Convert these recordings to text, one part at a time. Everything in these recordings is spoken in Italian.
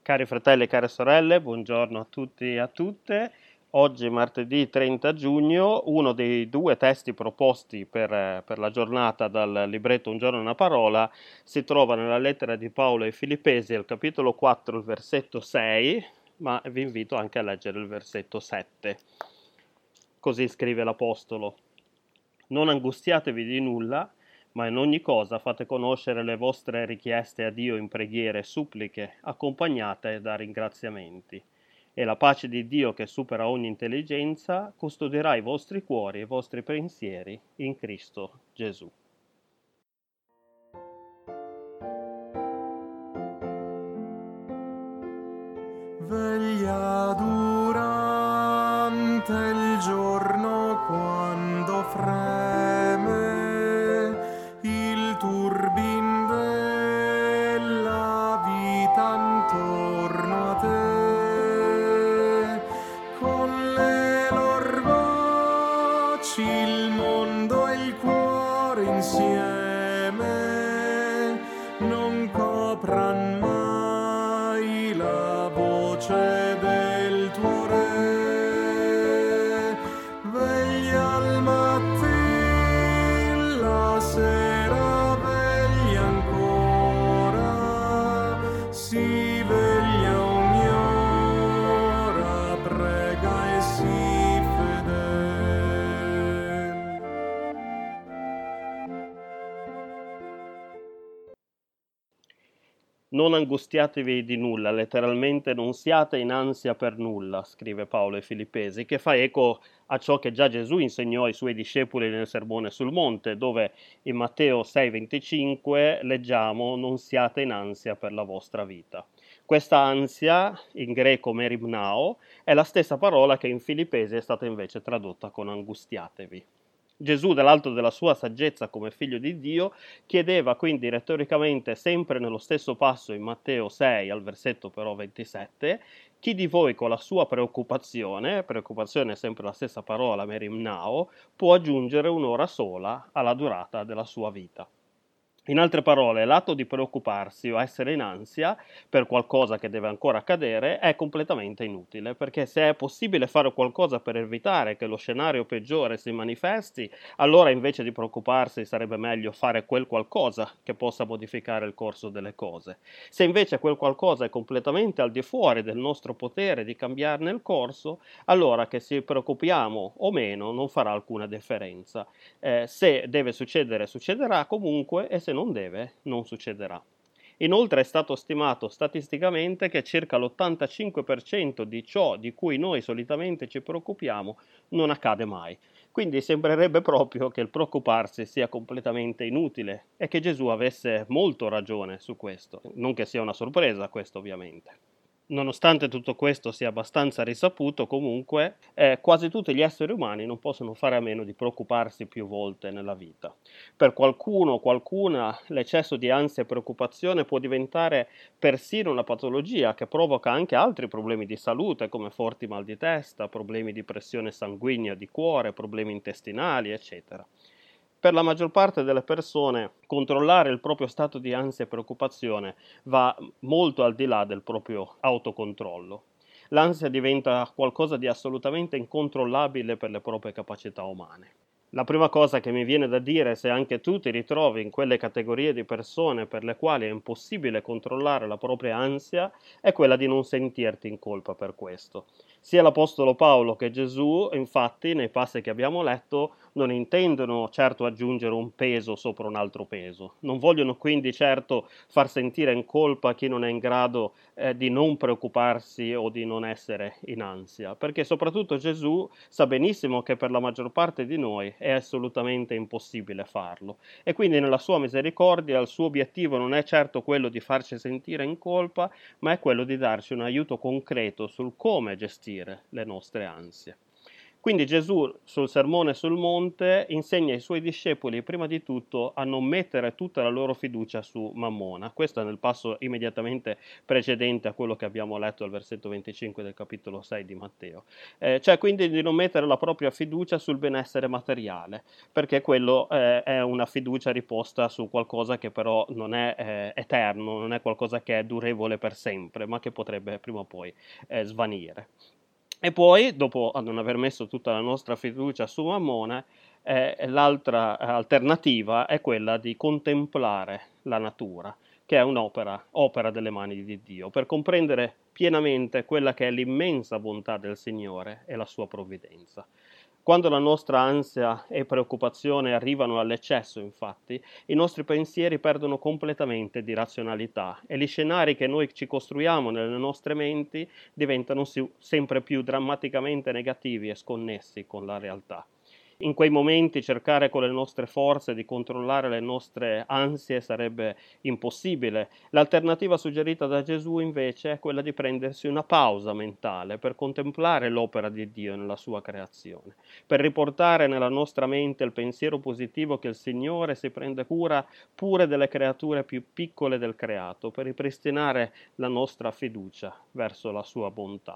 Cari fratelli e care sorelle, buongiorno a tutti e a tutte. Oggi, martedì 30 giugno, uno dei due testi proposti per la giornata dal libretto Un giorno una parola si trova nella lettera di Paolo ai Filippesi, al capitolo 4, il versetto 6, ma vi invito anche a leggere il versetto 7. Così scrive l'Apostolo: Non angustiatevi di nulla, ma in ogni cosa fate conoscere le vostre richieste a Dio in preghiere e suppliche, accompagnate da ringraziamenti. E la pace di Dio, che supera ogni intelligenza, custodirà i vostri cuori e i vostri pensieri in Cristo Gesù. Veglia durante il giorno quando freme il turbin della vita intorno a te, con le loro voci il mondo e il cuore insieme non copran mai la voce del tuo re. Veglia al mattin, la sera veglia ancora, si veglia ogni ora, prega e sii fedel. Non angustiatevi di nulla, letteralmente non siate in ansia per nulla, scrive Paolo ai Filippesi, che fa eco a ciò che già Gesù insegnò ai suoi discepoli nel Sermone sul Monte, dove in Matteo 6,25 leggiamo: non siate in ansia per la vostra vita. Questa ansia, in greco merimnao, è la stessa parola che in Filippesi è stata invece tradotta con angustiatevi. Gesù, dall'alto della sua saggezza come figlio di Dio, chiedeva quindi retoricamente, sempre nello stesso passo in Matteo 6, al versetto però 27, chi di voi con la sua preoccupazione è sempre la stessa parola, merimnao, può aggiungere un'ora sola alla durata della sua vita. In altre parole, l'atto di preoccuparsi o essere in ansia per qualcosa che deve ancora accadere è completamente inutile, perché se è possibile fare qualcosa per evitare che lo scenario peggiore si manifesti, allora invece di preoccuparsi sarebbe meglio fare quel qualcosa che possa modificare il corso delle cose. Se invece quel qualcosa è completamente al di fuori del nostro potere di cambiarne il corso, allora che ci preoccupiamo o meno non farà alcuna differenza. Se deve succedere, succederà comunque, e se non deve, non succederà. Inoltre è stato stimato statisticamente che circa l'85% di ciò di cui noi solitamente ci preoccupiamo non accade mai. Quindi sembrerebbe proprio che il preoccuparsi sia completamente inutile e che Gesù avesse molto ragione su questo. Non che sia una sorpresa questo, ovviamente. Nonostante tutto questo sia abbastanza risaputo, comunque, quasi tutti gli esseri umani non possono fare a meno di preoccuparsi più volte nella vita. Per qualcuno o qualcuna l'eccesso di ansia e preoccupazione può diventare persino una patologia che provoca anche altri problemi di salute, come forti mal di testa, problemi di pressione sanguigna, di cuore, problemi intestinali, eccetera. Per la maggior parte delle persone controllare il proprio stato di ansia e preoccupazione va molto al di là del proprio autocontrollo. L'ansia diventa qualcosa di assolutamente incontrollabile per le proprie capacità umane. La prima cosa che mi viene da dire, se anche tu ti ritrovi in quelle categorie di persone per le quali è impossibile controllare la propria ansia, è quella di non sentirti in colpa per questo. Sia l'Apostolo Paolo che Gesù, infatti, nei passi che abbiamo letto, non intendono certo aggiungere un peso sopra un altro peso. Non vogliono quindi certo far sentire in colpa chi non è in grado di non preoccuparsi o di non essere in ansia, perché soprattutto Gesù sa benissimo che per la maggior parte di noi è assolutamente impossibile farlo. E quindi nella sua misericordia il suo obiettivo non è certo quello di farci sentire in colpa, ma è quello di darci un aiuto concreto sul come gestire le nostre ansie. Quindi Gesù sul Sermone sul Monte insegna ai suoi discepoli prima di tutto a non mettere tutta la loro fiducia su Mammona. Questo è nel passo immediatamente precedente a quello che abbiamo letto al versetto 25 del capitolo 6 di Matteo. Cioè quindi di non mettere la propria fiducia sul benessere materiale, perché quello è una fiducia riposta su qualcosa che però non è eterno, non è qualcosa che è durevole per sempre, ma che potrebbe prima o poi svanire. E poi, dopo non aver messo tutta la nostra fiducia su Mammona, l'altra alternativa è quella di contemplare la natura, che è opera delle mani di Dio, per comprendere pienamente quella che è l'immensa bontà del Signore e la sua provvidenza. Quando la nostra ansia e preoccupazione arrivano all'eccesso, infatti, i nostri pensieri perdono completamente di razionalità e gli scenari che noi ci costruiamo nelle nostre menti diventano sempre più drammaticamente negativi e sconnessi con la realtà. In quei momenti cercare con le nostre forze di controllare le nostre ansie sarebbe impossibile. L'alternativa suggerita da Gesù invece è quella di prendersi una pausa mentale per contemplare l'opera di Dio nella sua creazione, per riportare nella nostra mente il pensiero positivo che il Signore si prende cura pure delle creature più piccole del creato, per ripristinare la nostra fiducia verso la sua bontà.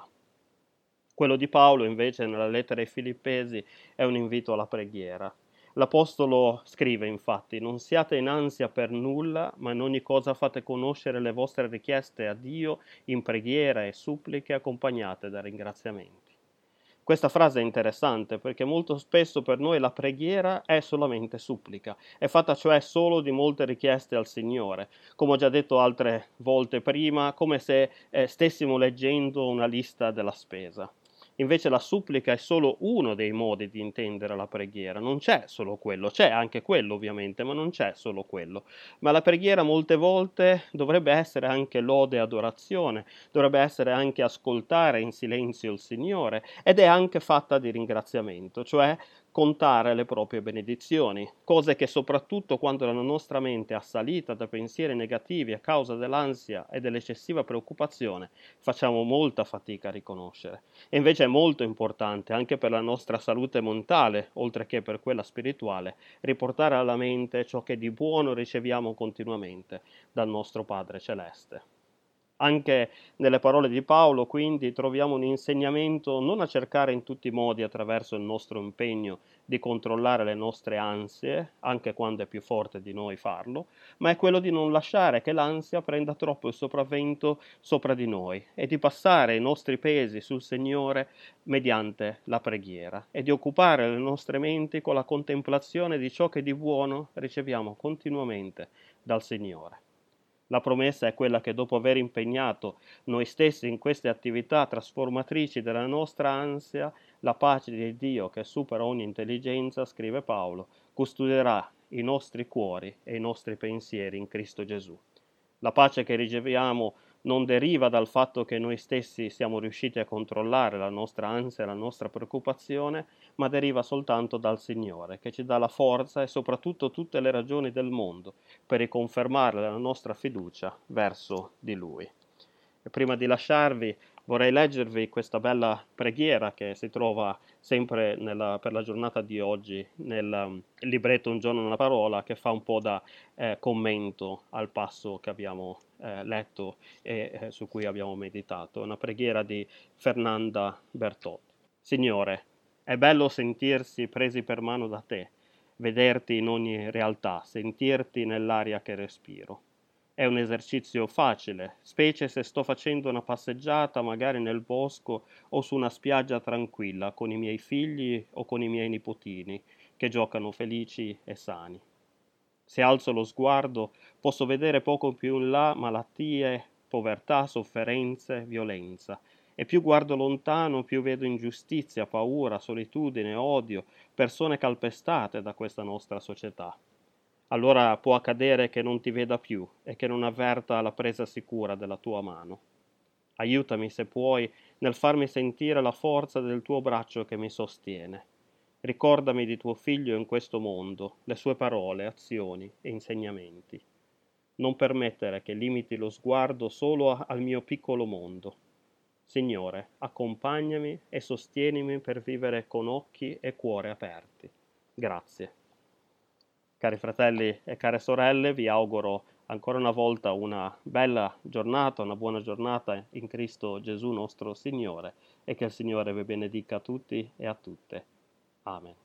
Quello di Paolo, invece, nella lettera ai Filippesi è un invito alla preghiera. L'Apostolo scrive, infatti, non siate in ansia per nulla, ma in ogni cosa fate conoscere le vostre richieste a Dio in preghiera e suppliche accompagnate da ringraziamenti. Questa frase è interessante perché molto spesso per noi la preghiera è solamente supplica, è fatta cioè solo di molte richieste al Signore, come ho già detto altre volte prima, come se stessimo leggendo una lista della spesa. Invece la supplica è solo uno dei modi di intendere la preghiera, non c'è solo quello, c'è anche quello ovviamente, ma non c'è solo quello. Ma la preghiera molte volte dovrebbe essere anche lode e adorazione, dovrebbe essere anche ascoltare in silenzio il Signore ed è anche fatta di ringraziamento, cioè contare le proprie benedizioni, cose che soprattutto quando la nostra mente è assalita da pensieri negativi a causa dell'ansia e dell'eccessiva preoccupazione, facciamo molta fatica a riconoscere. E invece è molto importante anche per la nostra salute mentale, oltre che per quella spirituale, riportare alla mente ciò che di buono riceviamo continuamente dal nostro Padre Celeste. Anche nelle parole di Paolo, quindi, troviamo un insegnamento non a cercare in tutti i modi attraverso il nostro impegno di controllare le nostre ansie, anche quando è più forte di noi farlo, ma è quello di non lasciare che l'ansia prenda troppo il sopravvento sopra di noi e di passare i nostri pesi sul Signore mediante la preghiera e di occupare le nostre menti con la contemplazione di ciò che di buono riceviamo continuamente dal Signore. La promessa è quella che dopo aver impegnato noi stessi in queste attività trasformatrici della nostra ansia, la pace di Dio che supera ogni intelligenza, scrive Paolo, custoderà i nostri cuori e i nostri pensieri in Cristo Gesù. La pace che riceviamo non deriva dal fatto che noi stessi siamo riusciti a controllare la nostra ansia e la nostra preoccupazione, ma deriva soltanto dal Signore, che ci dà la forza e soprattutto tutte le ragioni del mondo per riconfermare la nostra fiducia verso di Lui. E prima di lasciarvi vorrei leggervi questa bella preghiera che si trova sempre per la giornata di oggi nel libretto Un giorno una parola, che fa un po' da commento al passo che abbiamo letto e su cui abbiamo meditato. È una preghiera di Fernanda Bertotti. Signore, è bello sentirsi presi per mano da te, vederti in ogni realtà, sentirti nell'aria che respiro. È un esercizio facile, specie se sto facendo una passeggiata magari nel bosco o su una spiaggia tranquilla con i miei figli o con i miei nipotini che giocano felici e sani. Se alzo lo sguardo posso vedere poco più in là malattie, povertà, sofferenze, violenza. E più guardo lontano, più vedo ingiustizia, paura, solitudine, odio, persone calpestate da questa nostra società. Allora può accadere che non ti veda più e che non avverta la presa sicura della tua mano. Aiutami, se puoi, nel farmi sentire la forza del tuo braccio che mi sostiene. Ricordami di tuo figlio in questo mondo, le sue parole, azioni e insegnamenti. Non permettere che limiti lo sguardo solo al mio piccolo mondo. Signore, accompagnami e sostienimi per vivere con occhi e cuore aperti. Grazie. Cari fratelli e care sorelle, vi auguro ancora una volta una bella giornata, una buona giornata in Cristo Gesù nostro Signore, e che il Signore vi benedica a tutti e a tutte. Amen.